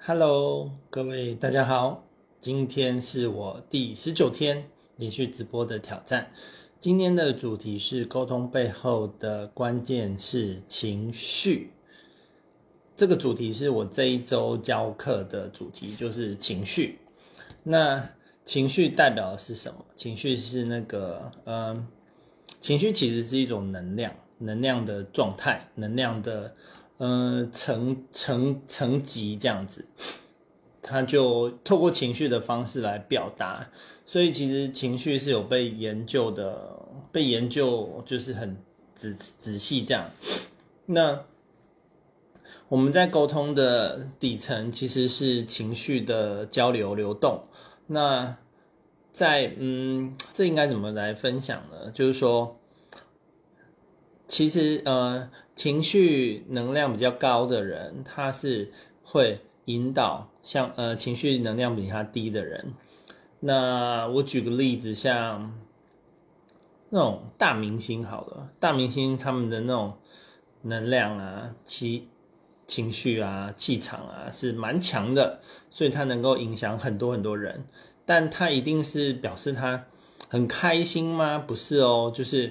Hello，各位大家好，今天是我第19天连续直播的挑战。今天的主题是沟通背后的关键是情绪。这个主题是我这一周教课的主题，就是情绪。那情绪代表的是什么？情绪是情绪其实是一种能量的状态，能量的层级这样子，它就透过情绪的方式来表达。所以其实情绪是有被研究就是很仔细这样。那我们在沟通的底层其实是情绪的交流流动。那这应该怎么来分享呢？就是说，其实情绪能量比较高的人，他是会引导情绪能量比他低的人。那我举个例子，像那种大明星好了，大明星他们的那种能量啊、情绪啊、气场啊是蛮强的，所以他能够影响很多很多人。但他一定是表示他很开心吗？不是哦，就是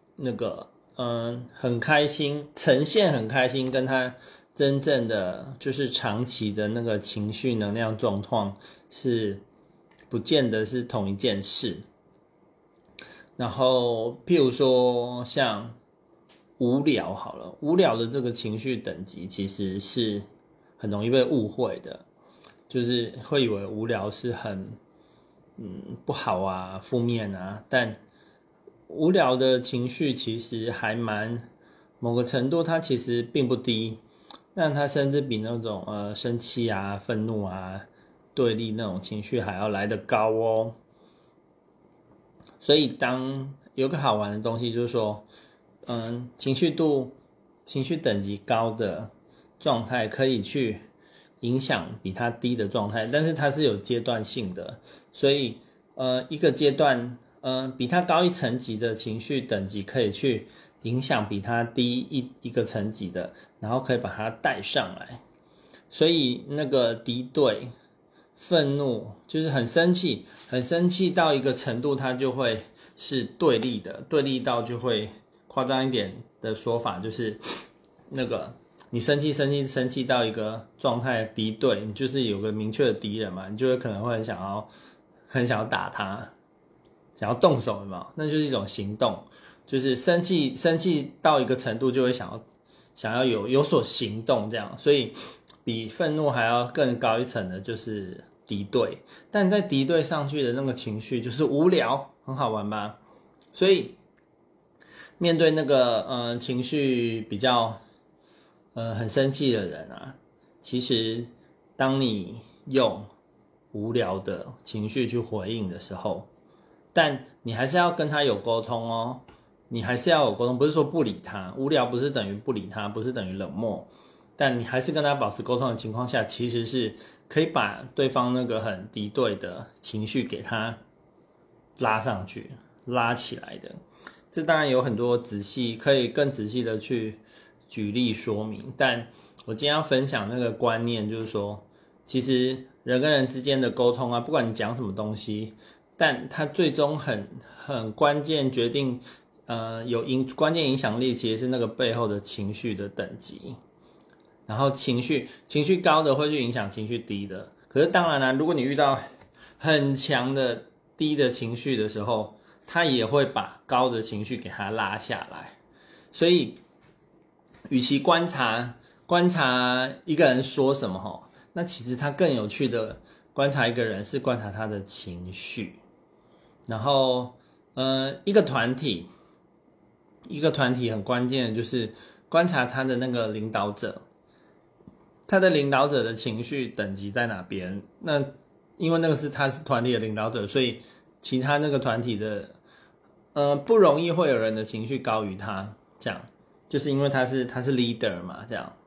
很开心，呈现很开心，跟他真正的就是长期的那个情绪能量状况是不见得是同一件事。然后譬如说像无聊好了，无聊的这个情绪等级其实是很容易被误会的，就是会以为无聊是很不好啊、负面啊，但无聊的情绪其实还某个程度它其实并不低，但它甚至比那种生气啊、愤怒啊、对立那种情绪还要来得高哦。所以当有个好玩的东西就是说，情绪等级高的状态可以去影响比它低的状态，但是它是有阶段性的。所以一个阶段比它高一层级的情绪等级可以去影响比它低一个层级的，然后可以把它带上来。所以那个敌对愤怒就是很生气到一个程度，它就会是对立的，对立到就会夸张一点的说法，就是你生气到一个状态敌对，你就是有个明确的敌人嘛，你就会可能会很想要打他，想要动手，有没有？那就是一种行动，就是生气到一个程度就会想要有所行动这样。所以比愤怒还要更高一层的就是敌对，但在敌对上去的那个情绪就是无聊，很好玩吧？所以面对那个情绪比较很生气的人啊，其实当你用无聊的情绪去回应的时候，但你还是要跟他有沟通哦，你还是要有沟通，不是说不理他，无聊不是等于不理他，不是等于冷漠，但你还是跟他保持沟通的情况下，其实是可以把对方那个很敌对的情绪给他拉上去、拉起来的。这当然有很多可以更仔细的去举例说明，但我今天要分享那个观念，就是说，其实人跟人之间的沟通啊，不管你讲什么东西，但它最终很关键决定，关键影响力其实是那个背后的情绪的等级。然后情绪高的会去影响情绪低的，可是当然啦，如果你遇到很强的低的情绪的时候，他也会把高的情绪给他拉下来。所以与其观察一个人说什么，那其实他更有趣的观察一个人是观察他的情绪。然后一个团体很关键的就是观察他的那个领导者，他的领导者的情绪等级在哪边。那因为他是团体的领导者，所以其他那个团体的不容易会有人的情绪高于他，这样就是因为他是 leader 嘛，这样。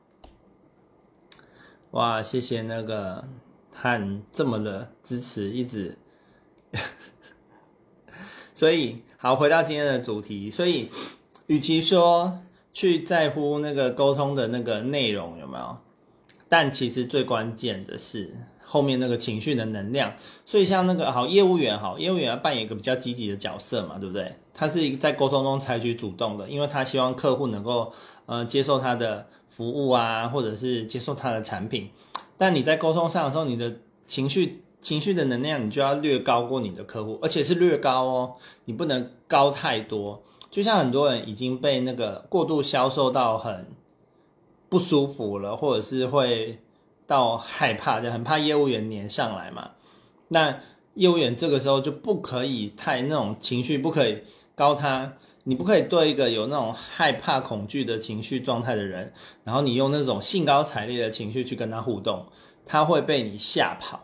哇，谢谢那个汉这么的支持，一直所以好，回到今天的主题。所以与其说去在乎那个沟通的那个内容有没有， 但其实最关键的是后面那个情绪的能量。所以像那个业务员要扮演一个比较积极的角色嘛，对不对？他是一个在沟通中采取主动的，因为他希望客户能够接受他的服务啊，或者是接受他的产品。但你在沟通上的时候，你的情绪的能量你就要略高过你的客户，而且是略高哦，你不能高太多。就像很多人已经被那个过度销售到很不舒服了，或者是会到害怕，就很怕业务员黏上来嘛。那业务员这个时候就不可以太那种情绪，不可以高他，你不可以对一个有那种害怕恐惧的情绪状态的人，然后你用那种兴高采烈的情绪去跟他互动，他会被你吓跑。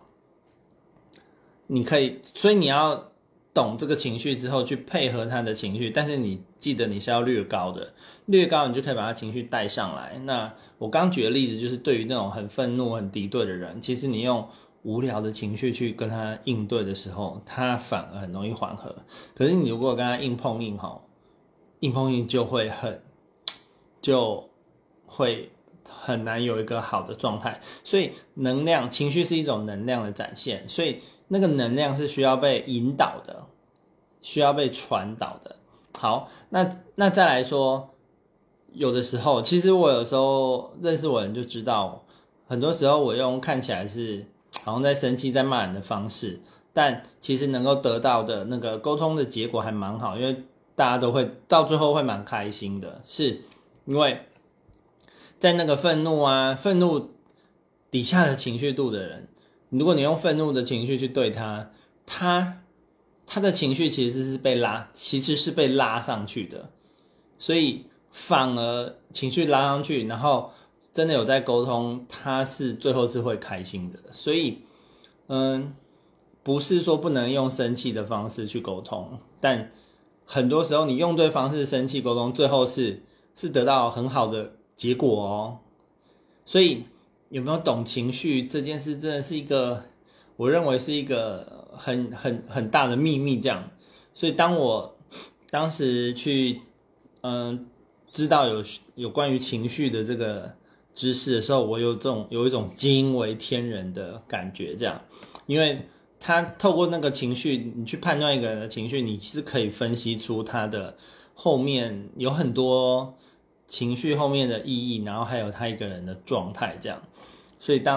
所以你要懂这个情绪之后去配合他的情绪，但是你记得你是要略高的，略高你就可以把他情绪带上来。那我刚举的例子就是对于那种很愤怒很敌对的人，其实你用无聊的情绪去跟他应对的时候，他反而很容易缓和。可是你如果跟他硬碰硬就会很难有一个好的状态。所以情绪是一种能量的展现，所以那个能量是需要被引导的，需要被传导的。好，那再来说，有的时候，其实我有时候认识我的人就知道，很多时候我用看起来是好像在生气、在骂人的方式，但其实能够得到的那个沟通的结果还蛮好，因为大家都会到最后会蛮开心的，是因为在那个愤怒底下的情绪度的人，如果你用愤怒的情绪去对他的情绪其实是被拉上去的，所以反而情绪拉上去，然后真的有在沟通，他是最后是会开心的。所以不是说不能用生气的方式去沟通，但很多时候你用对方式生气沟通，最后是得到很好的结果哦。所以有没有懂情绪这件事，真的是一个我认为是一个很大的秘密这样。所以当我当时去知道有关于情绪的这个知识的时候，我有一种惊为天人的感觉这样。因为他透过那个情绪，你去判断一个人的情绪，你是可以分析出他的后面有很多情绪后面的意义，然后还有他一个人的状态这样。所以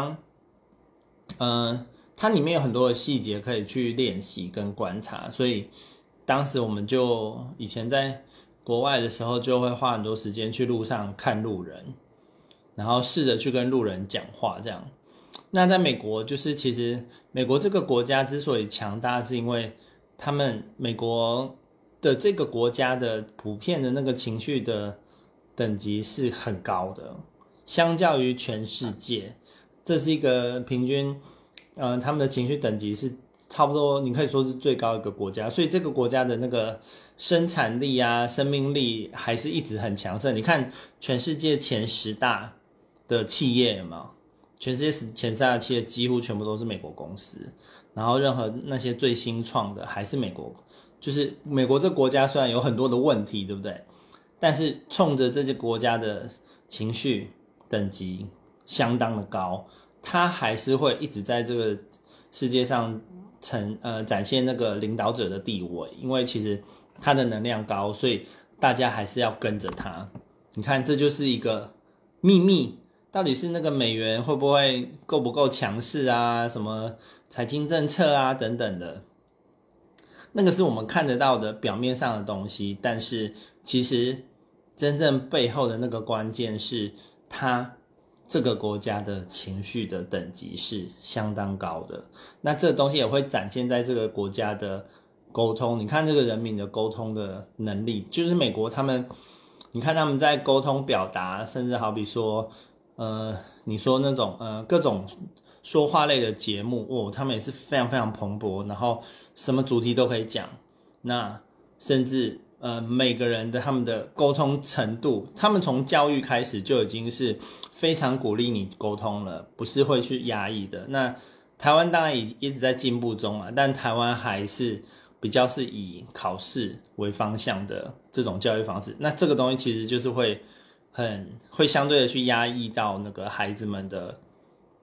它里面有很多的细节可以去练习跟观察，所以当时我们就以前在国外的时候，就会花很多时间去路上看路人，然后试着去跟路人讲话这样。那在美国，就是其实美国这个国家之所以强大，是因为美国的这个国家的普遍的那个情绪的等级是很高的，相较于全世界，这是一个平均他们的情绪等级是差不多，你可以说是最高一个国家。所以这个国家的那个生产力啊、生命力还是一直很强盛。你看全世界前10大的企业有没有？全世界前10大的企业几乎全部都是美国公司，然后任何那些最新创的还是美国。就是美国这国家虽然有很多的问题，对不对？但是冲着这些国家的情绪等级相当的高，它还是会一直在这个世界上展现那个领导者的地位。因为其实它的能量高，所以大家还是要跟着它。你看，这就是一个秘密，到底是那个美元会不会够不够强势啊，什么财经政策啊等等的，那个是我们看得到的表面上的东西，但是其实真正背后的那个关键是它这个国家的情绪的等级是相当高的。那这个东西也会展现在这个国家的沟通，你看这个人民的沟通的能力，就是美国你看他们在沟通表达，甚至好比说你说那种各种说话类的节目他们也是非常非常蓬勃，然后什么主题都可以讲。那甚至每个人的他们的沟通程度，他们从教育开始就已经是非常鼓励你沟通了，不是会去压抑的。那台湾当然一直在进步中啊，但台湾还是比较是以考试为方向的这种教育方式。那这个东西其实就是会相对的去压抑到那个孩子们的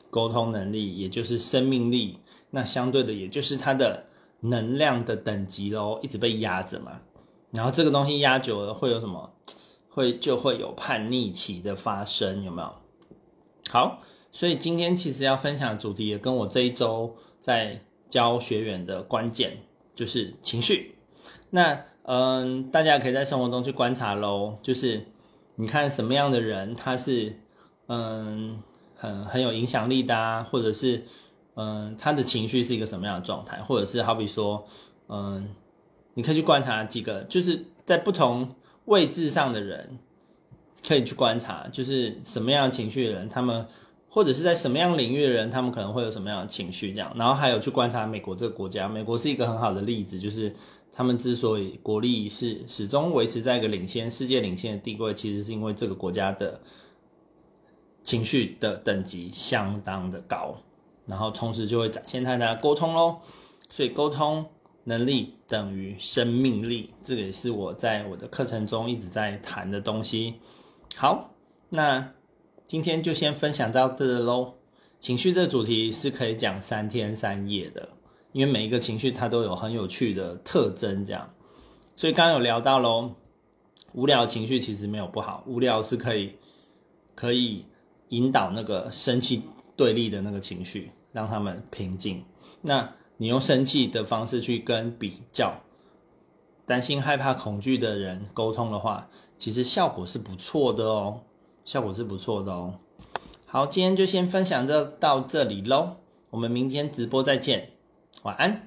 沟通能力，也就是生命力，那相对的也就是它的能量的等级咯，一直被压着嘛。然后这个东西压久了会有什么？就会有叛逆期的发生，有没有？好，所以今天其实要分享的主题也跟我这一周在教学员的关键就是情绪。那大家可以在生活中去观察咯，就是你看什么样的人他是很有影响力的啊，或者是他的情绪是一个什么样的状态，或者是好比说你可以去观察几个就是在不同位置上的人，可以去观察就是什么样的情绪的人，他们或者是在什么样领域的人，他们可能会有什么样的情绪这样。然后还有去观察美国这个国家，美国是一个很好的例子，就是他们之所以国力是始终维持在一个世界领先的地位，其实是因为这个国家的情绪的等级相当的高，然后同时就会展现他的沟通咯。所以沟通能力等于生命力，这个也是我在我的课程中一直在谈的东西。好，那今天就先分享到这咯。情绪这个主题是可以讲3天3夜的，因为每一个情绪它都有很有趣的特征这样。所以刚刚有聊到咯，无聊的情绪其实没有不好，无聊是可以引导那个生气对立的那个情绪，让他们平静。那你用生气的方式去跟比较担心害怕恐惧的人沟通的话，其实效果是不错的哦，好，今天就先分享到这里咯，我们明天直播再见，晚安。